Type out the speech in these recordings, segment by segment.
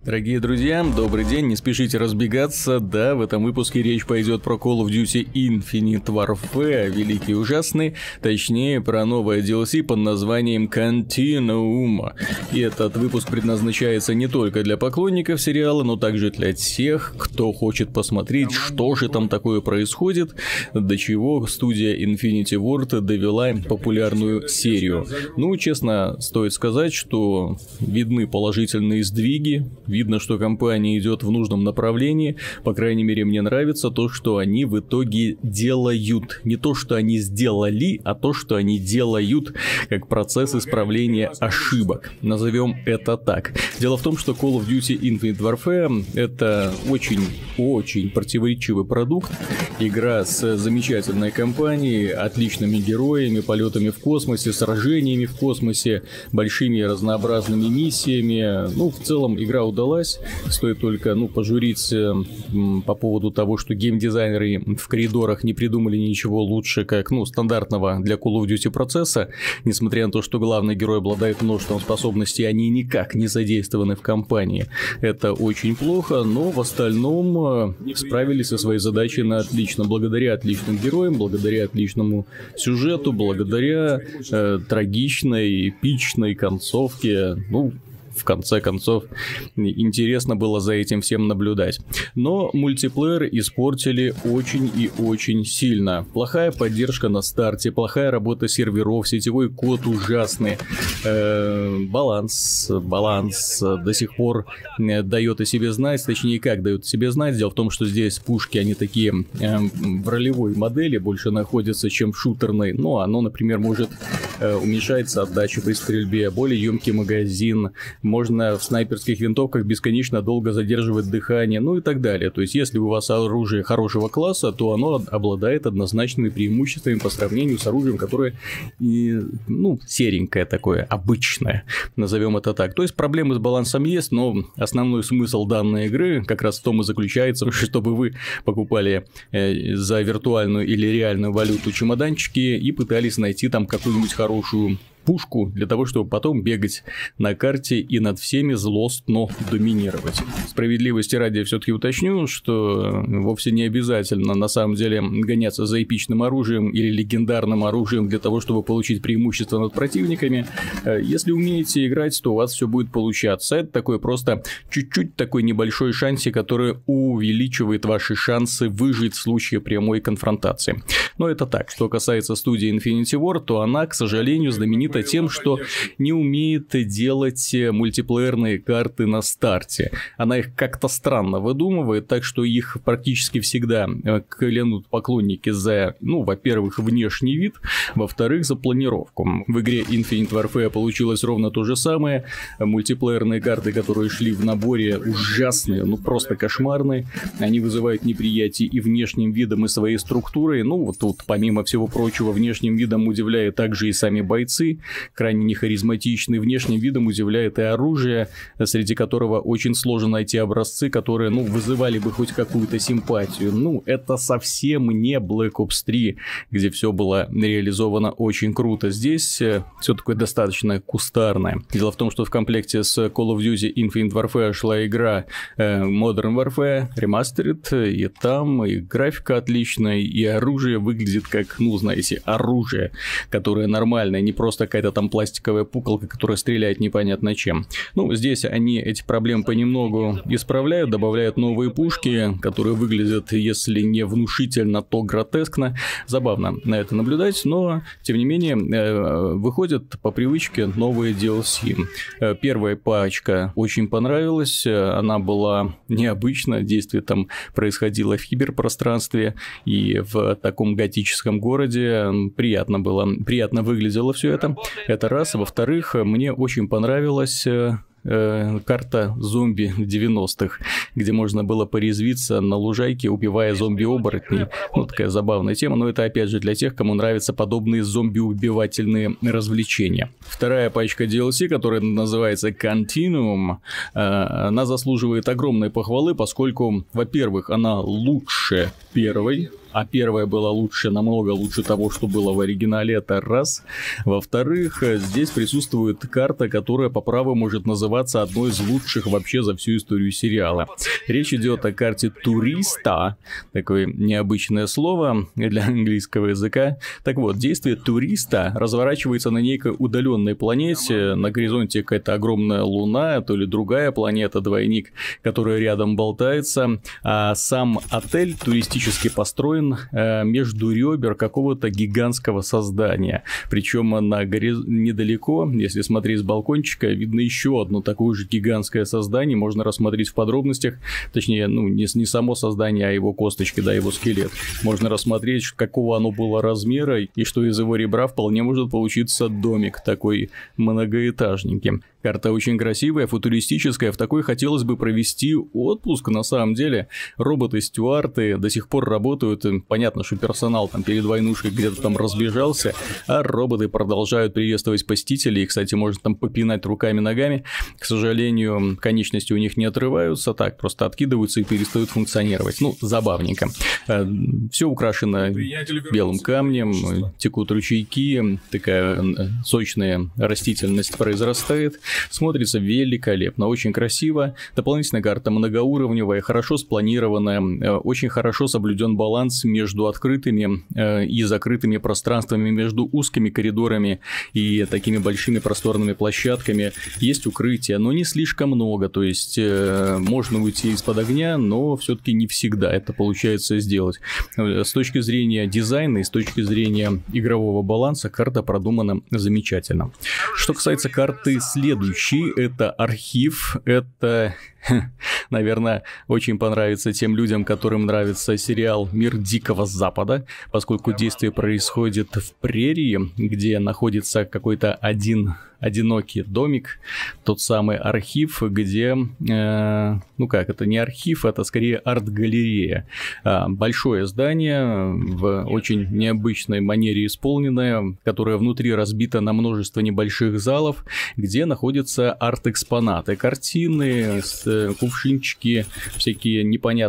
Дорогие друзья, добрый день, не спешите разбегаться. Да, в этом выпуске речь пойдет про Call of Duty Infinite Warfare, великий и ужасный, точнее про новое DLC под названием Continuum. И этот выпуск предназначается не только для поклонников сериала, но также для тех, кто хочет посмотреть, что же там такое происходит, до чего студия Infinity Ward довела популярную серию. Ну, честно, стоит сказать, что видны положительные сдвиги. Видно, что компания идет в нужном направлении. По крайней мере, мне нравится то, что они в итоге делают. Не то, что они сделали, а то, что они делают, как процесс исправления ошибок. Назовем это так. Дело в том, что Call of Duty Infinite Warfare — это очень противоречивый продукт. Игра с замечательной кампанией, отличными героями, полетами в космосе, сражениями в космосе, большими разнообразными миссиями. Ну, в целом, игра удалась. Стоит только, пожурить по поводу того, что геймдизайнеры в коридорах не придумали ничего лучше, как, стандартного для Call of Duty процесса. Несмотря на то, что главный герой обладает множеством способностей, они никак не задействованы в кампании. Это очень плохо, но в остальном справились со своей задачей на отлично. Благодаря отличным героям, благодаря отличному сюжету, благодаря трагичной, эпичной концовке. В конце концов, интересно было за этим всем наблюдать. Но мультиплеер испортили очень и очень сильно. Плохая поддержка на старте, плохая работа серверов, сетевой код ужасный. Баланс до сих пор дает о себе знать. Точнее, как дает о себе знать. Дело в том, что здесь пушки, они такие в ролевой модели больше находятся, чем в шутерной. Оно, например, может уменьшается отдача при стрельбе, более емкий магазин. Можно в снайперских винтовках бесконечно долго задерживать дыхание, и так далее. То есть, если у вас оружие хорошего класса, то оно обладает однозначными преимуществами по сравнению с оружием, которое, серенькое такое, обычное, назовем это так. То есть, проблемы с балансом есть, но основной смысл данной игры как раз в том и заключается, чтобы вы покупали за виртуальную или реальную валюту чемоданчики и пытались найти там какую-нибудь хорошую пушку для того, чтобы потом бегать на карте и над всеми злостно доминировать. Справедливости ради все-таки уточню, что вовсе не обязательно на самом деле гоняться за эпичным оружием или легендарным оружием для того, чтобы получить преимущество над противниками. Если умеете играть, то у вас все будет получаться. Это такой просто чуть-чуть такой небольшой шансик, который увеличивает ваши шансы выжить в случае прямой конфронтации. Но это так. Что касается студии Infinity Ward, то она, к сожалению, знаменита тем, что не умеет делать мультиплеерные карты на старте. Она их как-то странно выдумывает, так что их практически всегда клянут поклонники за, во-первых, внешний вид, во-вторых, за планировку. В игре Infinite Warfare получилось ровно то же самое. Мультиплеерные карты, которые шли в наборе, ужасные, просто кошмарные. Они вызывают неприятие и внешним видом, и своей структурой. Вот тут, помимо всего прочего, внешним видом удивляют также и сами бойцы, крайне нехаризматичный. Внешним видом удивляет и оружие, среди которого очень сложно найти образцы, которые, вызывали бы хоть какую-то симпатию. Это совсем не Black Ops 3, где все было реализовано очень круто. Здесь все такое достаточно кустарное. Дело в том, что в комплекте с Call of Duty Infinite Warfare шла игра Modern Warfare Remastered, и там и графика отличная, и оружие выглядит как, оружие, которое нормальное, не просто какая-то там пластиковая пуколка, которая стреляет непонятно чем. Здесь они эти проблемы понемногу исправляют, добавляют новые пушки, которые выглядят, если не внушительно, то гротескно. Забавно на это наблюдать, но, тем не менее, выходят по привычке новые DLC. Первая пачка очень понравилась, она была необычна, действие там происходило в киберпространстве и в таком готическом городе. Приятно выглядело все это. Это раз. Во-вторых, мне очень понравилась карта зомби 90-х, где можно было порезвиться на лужайке, убивая зомби-оборотней. Такая забавная тема, но это опять же для тех, кому нравятся подобные зомби-убивательные развлечения. Вторая пачка DLC, которая называется Continuum, она заслуживает огромной похвалы, поскольку, во-первых, она лучше первой. а первая была лучше, намного лучше того, что было в оригинале, это раз. Во-вторых, здесь присутствует карта, которая по праву может называться одной из лучших вообще за всю историю сериала. Речь идет о карте туриста, такое необычное слово для английского языка. Так вот, действие туриста разворачивается на некой удаленной планете, на горизонте какая-то огромная луна, то ли другая планета, двойник, которая рядом болтается, а сам отель туристически построен между ребер какого-то гигантского создания. Причем недалеко, если смотреть с балкончика, видно еще одно такое же гигантское создание, можно рассмотреть в подробностях, точнее, не само создание, а его косточки, да, его скелет. Можно рассмотреть, какого оно было размера, и что из его ребра вполне может получиться домик такой многоэтажненький. Карта очень красивая, футуристическая, в такой хотелось бы провести отпуск, на самом деле. Роботы-стюарты до сих пор работают, понятно, что персонал там перед войнушкой где-то там разбежался, а роботы продолжают приветствовать посетителей, кстати, можно там попинать руками-ногами, к сожалению, конечности у них не отрываются, так, просто откидываются и перестают функционировать, забавненько. Все украшено белым камнем, текут ручейки, такая сочная растительность произрастает. Смотрится великолепно, очень красиво. Дополнительная карта многоуровневая, хорошо спланированная, очень хорошо соблюден баланс между открытыми и закрытыми пространствами, между узкими коридорами и такими большими просторными площадками. Есть укрытия, но не слишком много, то есть можно уйти из-под огня, но все-таки не всегда это получается сделать. С точки зрения дизайна и с точки зрения игрового баланса карта продумана замечательно. Что касается карты следующей, это архив, это, наверное, очень понравится тем людям, которым нравится сериал «Мир Дикого Запада», поскольку действие происходит в прерии, где находится какой-то одинокий домик, тот самый архив, где, это не архив, это скорее арт-галерея. Большое здание, в очень необычной манере исполненное, которое внутри разбито на множество небольших залов, где находятся арт-экспонаты, картины, кувшинчики, всякие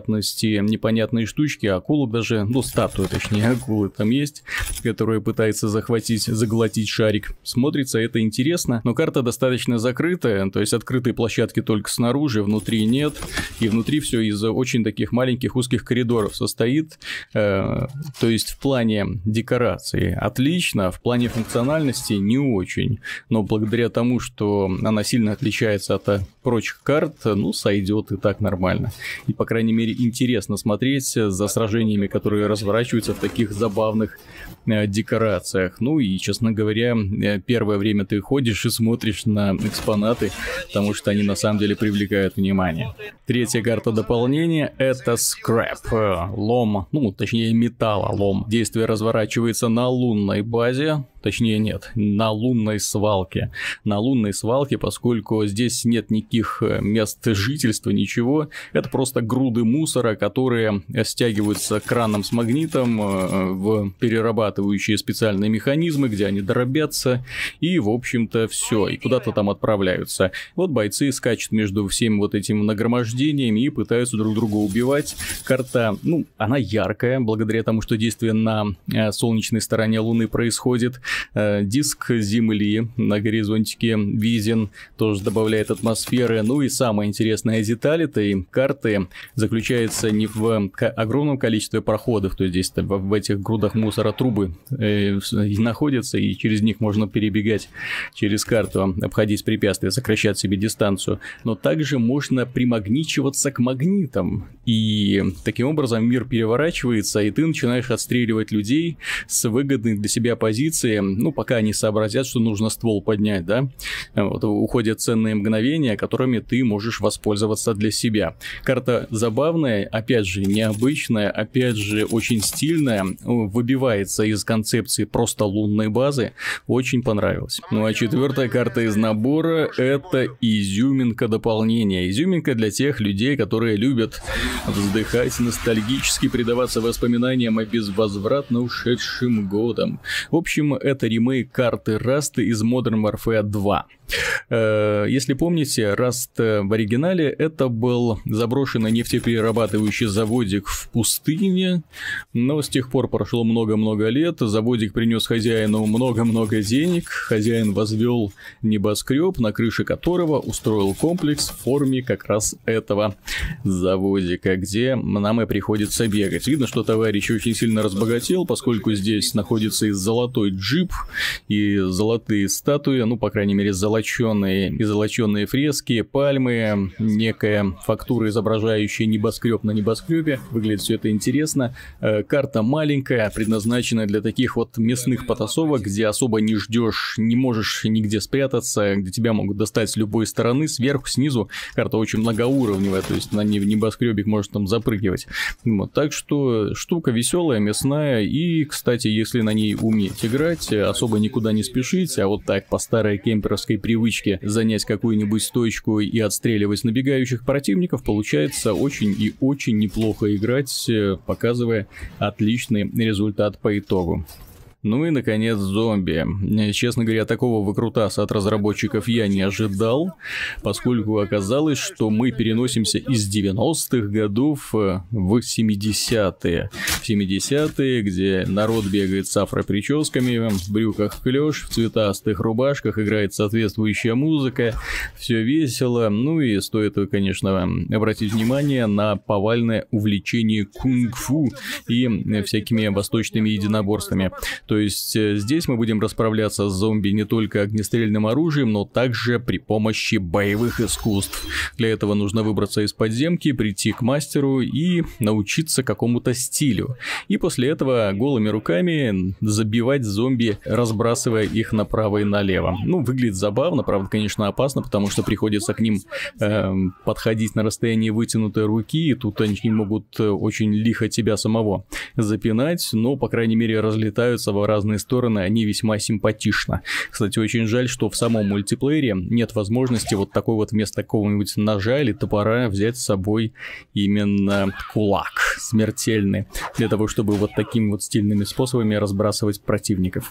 непонятные штучки, акулы даже, статуя, точнее, акулы там есть, которая пытается заглотить шарик. Смотрится это интересно, но карта достаточно закрытая, то есть открытые площадки только снаружи, внутри нет, и внутри все из очень таких маленьких узких коридоров состоит, то есть в плане декорации отлично, в плане функциональности не очень, но благодаря тому, что она сильно отличается от прочих карт, сойдет и так нормально. И, по крайней мере, интересно смотреть за сражениями, которые разворачиваются в таких забавных декорациях. И, честно говоря, первое время ты ходишь и смотришь на экспонаты, потому что они на самом деле привлекают внимание. Третья карта дополнения — это Scrap, лом, точнее металлолом. Действие разворачивается на лунной базе, точнее нет, на лунной свалке. На лунной свалке, поскольку здесь нет никаких мест жительства, ничего, это просто груды мусора, которые стягиваются краном с магнитом в перерабатывающие специальные механизмы, где они дробятся, и, в общем-то, все, и куда-то там отправляются. Вот бойцы скачут между всеми вот этими нагромождениями и пытаются друг друга убивать. Карта, она яркая, благодаря тому, что действие на солнечной стороне Луны происходит. Диск Земли на горизонтике виден, тоже добавляет атмосферы. И самая интересная деталь этой карты заключается не в огромном количестве проходов, то есть здесь в этих грудах мусора трубы находятся, и через них можно перебегать через карту, обходить препятствия, сокращать себе дистанцию, но также можно примагничиваться к магнитам, и таким образом мир переворачивается, и ты начинаешь отстреливать людей с выгодной для себя позиции, пока они сообразят, что нужно ствол поднять, да, уходят ценные мгновения, которыми ты можешь воспользоваться для себя. Карта забавная, опять же, необычная, опять же, очень стильная, выбивается из концепции просто лунной базы, очень понравилось. А четвертая карта из набора — это изюминка дополнения. Изюминка для тех людей, которые любят вздыхать ностальгически, предаваться воспоминаниям о безвозвратно ушедшем годом. В общем, это ремейк карты Rust из Modern Warfare 2. Если помните, Rust в оригинале это был заброшенный нефтеперерабатывающий заводик в пустыне, но с тех пор прошло много-много лет, заводик принес хозяину много-много денег, хозяин возвел небоскреб, на крыше которого устроил комплекс в форме как раз этого заводика, где нам и приходится бегать. Видно, что товарищ очень сильно разбогател, поскольку здесь находится и золотой джип, и золотые статуи, ну, по крайней мере, золоченые фрески, пальмы, некая фактура, изображающая небоскреб на небоскребе. Выглядит все это интересно. Карта маленькая, предназначена для таких вот местных потасовок, где особо не ждешь, не можешь нигде спрятаться, где тебя могут достать с любой стороны, сверху, снизу. Карта очень многоуровневая, то есть на небоскребик можно там запрыгивать. Вот, так что штука веселая, мясная, и, кстати, если на ней уметь играть, особо никуда не спешить, а вот так по старой кемперовской привычке занять какую-нибудь точку и отстреливать набегающих противников, получается очень и очень неплохо играть, показывая отличный результат по итогу. Ну и, наконец, зомби. Честно говоря, такого выкрутаса от разработчиков я не ожидал, поскольку оказалось, что мы переносимся из 90-х годов в 70-е. В 70-е, где народ бегает с афро-прическами, в брюках клеш, в цветастых рубашках, играет соответствующая музыка, все весело. Ну и стоит, конечно, обратить внимание на повальное увлечение кунг-фу и всякими восточными единоборствами. То есть здесь мы будем расправляться с зомби не только огнестрельным оружием, но также при помощи боевых искусств. Для этого нужно выбраться из подземки, прийти к мастеру и научиться какому-то стилю. И после этого голыми руками забивать зомби, разбрасывая их направо и налево. Ну, выглядит забавно, правда, конечно, опасно, потому что приходится к ним подходить на расстоянии вытянутой руки, и тут они могут очень лихо тебя самого запинать, но, по крайней мере, разлетаются в разные стороны, они весьма симпатично. Кстати, очень жаль, что в самом мультиплеере нет возможности вот такой вот вместо какого-нибудь ножа или топора взять с собой именно кулак смертельный, для того, чтобы вот такими вот стильными способами разбрасывать противников.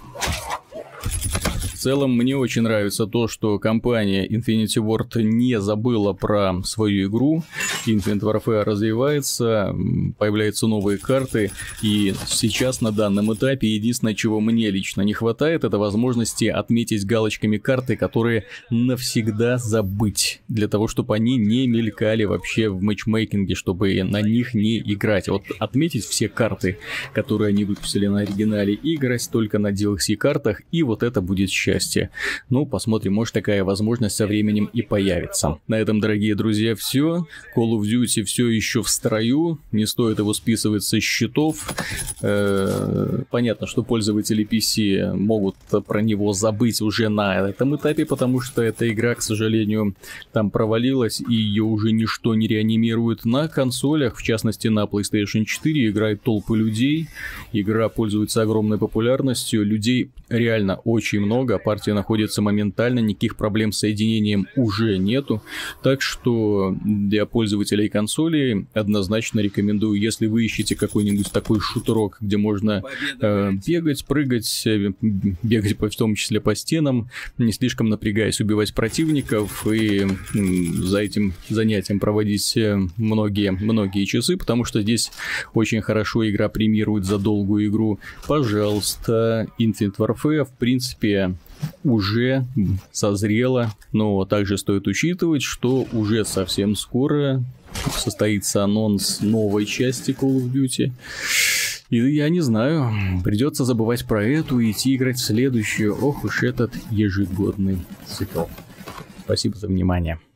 В целом, мне очень нравится то, что компания Infinity Ward не забыла про свою игру. Infinite Warfare развивается, появляются новые карты, и сейчас на данном этапе единственное, чего мне лично не хватает, это возможности отметить галочками карты, которые навсегда забыть, для того, чтобы они не мелькали вообще в матчмейкинге, чтобы на них не играть. Вот отметить все карты, которые они выпустили на оригинале, и играть только на DLC картах, и вот это будет счастье. Ну, посмотрим, может такая возможность со временем и появится. На этом, дорогие друзья, все. Call of Duty все еще в строю, не стоит его списывать со счетов. Понятно, что пользователи PC могут про него забыть уже на этом этапе, потому что эта игра, к сожалению, там провалилась, и ее уже ничто не реанимирует. На консолях, в частности на PlayStation 4, играют толпы людей. Игра пользуется огромной популярностью, людей реально очень много, партия находится моментально, никаких проблем с соединением уже нету, так что для пользователей консолей однозначно рекомендую, если вы ищете какой-нибудь такой шутерок, где можно бегать, прыгать, бегать в том числе по стенам, не слишком напрягаясь, убивать противников и за этим занятием проводить многие часы, потому что здесь очень хорошо игра премирует за долгую игру. Пожалуйста, Infinite Warfare, в принципе, уже созрела, но также стоит учитывать, что уже совсем скоро состоится анонс новой части Call of Duty. И я не знаю, придется забывать про эту и идти играть в следующую. Ох уж этот ежегодный цикл. Спасибо за внимание.